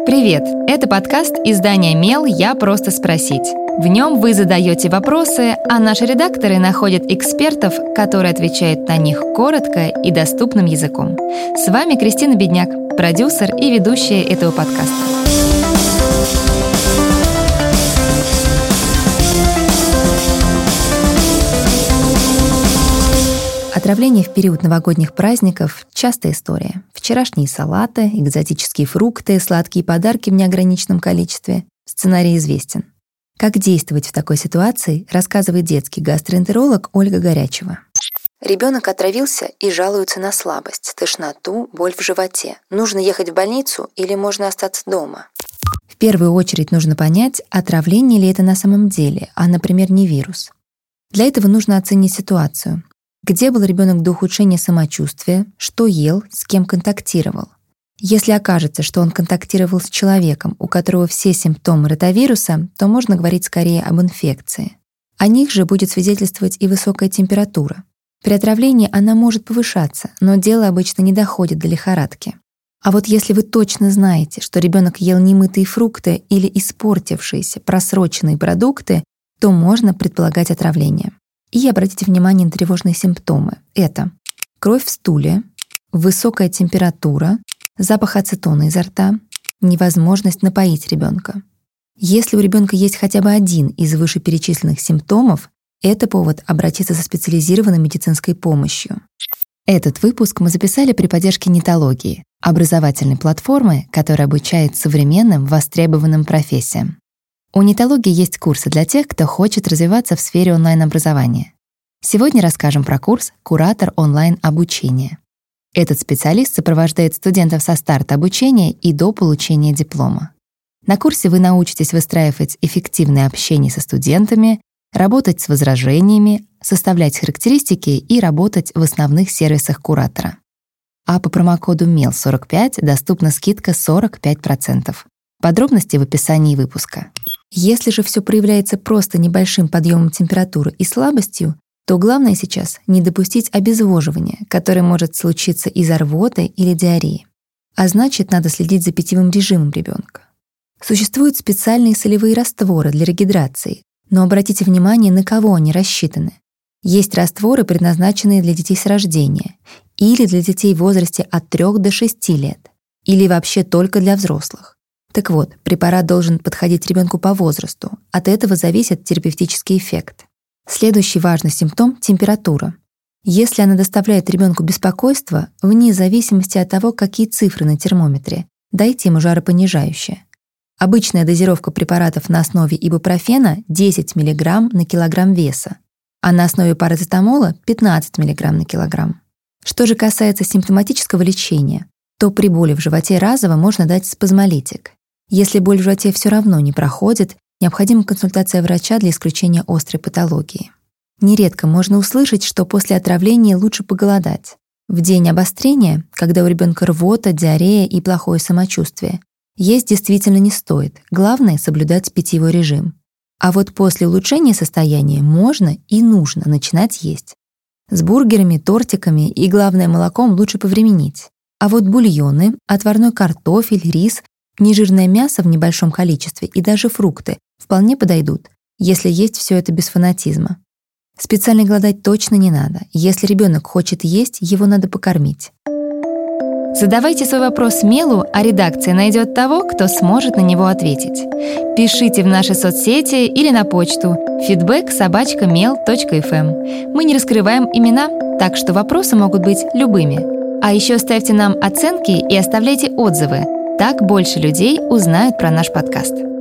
Привет! Это подкаст издания «Мел. Я просто спросить». В нем вы задаете вопросы, а наши редакторы находят экспертов, которые отвечают на них коротко и доступным языком. С вами Кристина Бедняк, продюсер и ведущая этого подкаста. Отравление в период новогодних праздников – частая история. Вчерашние салаты, экзотические фрукты, сладкие подарки в неограниченном количестве. Сценарий известен. Как действовать в такой ситуации, рассказывает детский гастроэнтеролог Ольга Горячева. Ребенок отравился и жалуется на слабость, тошноту, боль в животе. Нужно ехать в больницу или можно остаться дома? В первую очередь нужно понять, отравление ли это на самом деле, а, например, не вирус. Для этого нужно оценить ситуацию. Где был ребенок до ухудшения самочувствия, что ел, с кем контактировал. Если окажется, что он контактировал с человеком, у которого все симптомы ротавируса, то можно говорить скорее об инфекции. О них же будет свидетельствовать и высокая температура. При отравлении она может повышаться, но дело обычно не доходит до лихорадки. А вот если вы точно знаете, что ребенок ел немытые фрукты или испортившиеся, просроченные продукты, то можно предполагать отравление. И обратите внимание на тревожные симптомы. Это кровь в стуле, высокая температура, запах ацетона изо рта, невозможность напоить ребенка. Если у ребенка есть хотя бы один из вышеперечисленных симптомов, это повод обратиться за специализированной медицинской помощью. Этот выпуск мы записали при поддержке Нитологии, образовательной платформы, которая обучает современным востребованным профессиям. У Нитологии есть курсы для тех, кто хочет развиваться в сфере онлайн-образования. Сегодня расскажем про курс «Куратор онлайн-обучения». Этот специалист сопровождает студентов со старта обучения и до получения диплома. На курсе вы научитесь выстраивать эффективное общение со студентами, работать с возражениями, составлять характеристики и работать в основных сервисах куратора. А по промокоду MEL45 доступна скидка 45%. Подробности в описании выпуска. Если же все проявляется просто небольшим подъемом температуры и слабостью, то главное сейчас не допустить обезвоживания, которое может случиться из-за рвоты или диареи. А значит, надо следить за питьевым режимом ребенка. Существуют специальные солевые растворы для регидрации, но обратите внимание, на кого они рассчитаны. Есть растворы, предназначенные для детей с рождения, или для детей в возрасте от 3 до 6 лет, или вообще только для взрослых. Так вот, препарат должен подходить ребенку по возрасту. От этого зависит терапевтический эффект. Следующий важный симптом — температура. Если она доставляет ребенку беспокойство, вне зависимости от того, какие цифры на термометре, дайте ему жаропонижающее. Обычная дозировка препаратов на основе ибупрофена 10 мг на килограмм веса, а на основе парацетамола 15 мг на килограмм. Что же касается симптоматического лечения, то при боли в животе разово можно дать спазмолитик. Если боль в животе все равно не проходит, необходима консультация врача для исключения острой патологии. Нередко можно услышать, что после отравления лучше поголодать. В день обострения, когда у ребенка рвота, диарея и плохое самочувствие, есть действительно не стоит. Главное — соблюдать питьевой режим. А вот после улучшения состояния можно и нужно начинать есть. С бургерами, тортиками и, главное, молоком лучше повременить. А вот бульоны, отварной картофель, рис, нежирное мясо в небольшом количестве и даже фрукты вполне подойдут, если есть все это без фанатизма. Специально голодать точно не надо. Если ребенок хочет есть, его надо покормить. Задавайте свой вопрос Мелу, а редакция найдет того, кто сможет на него ответить. Пишите в наши соцсети или на почту feedback@mel.fm. Мы не раскрываем имена, так что вопросы могут быть любыми. А еще ставьте нам оценки и оставляйте отзывы. Так больше людей узнают про наш подкаст.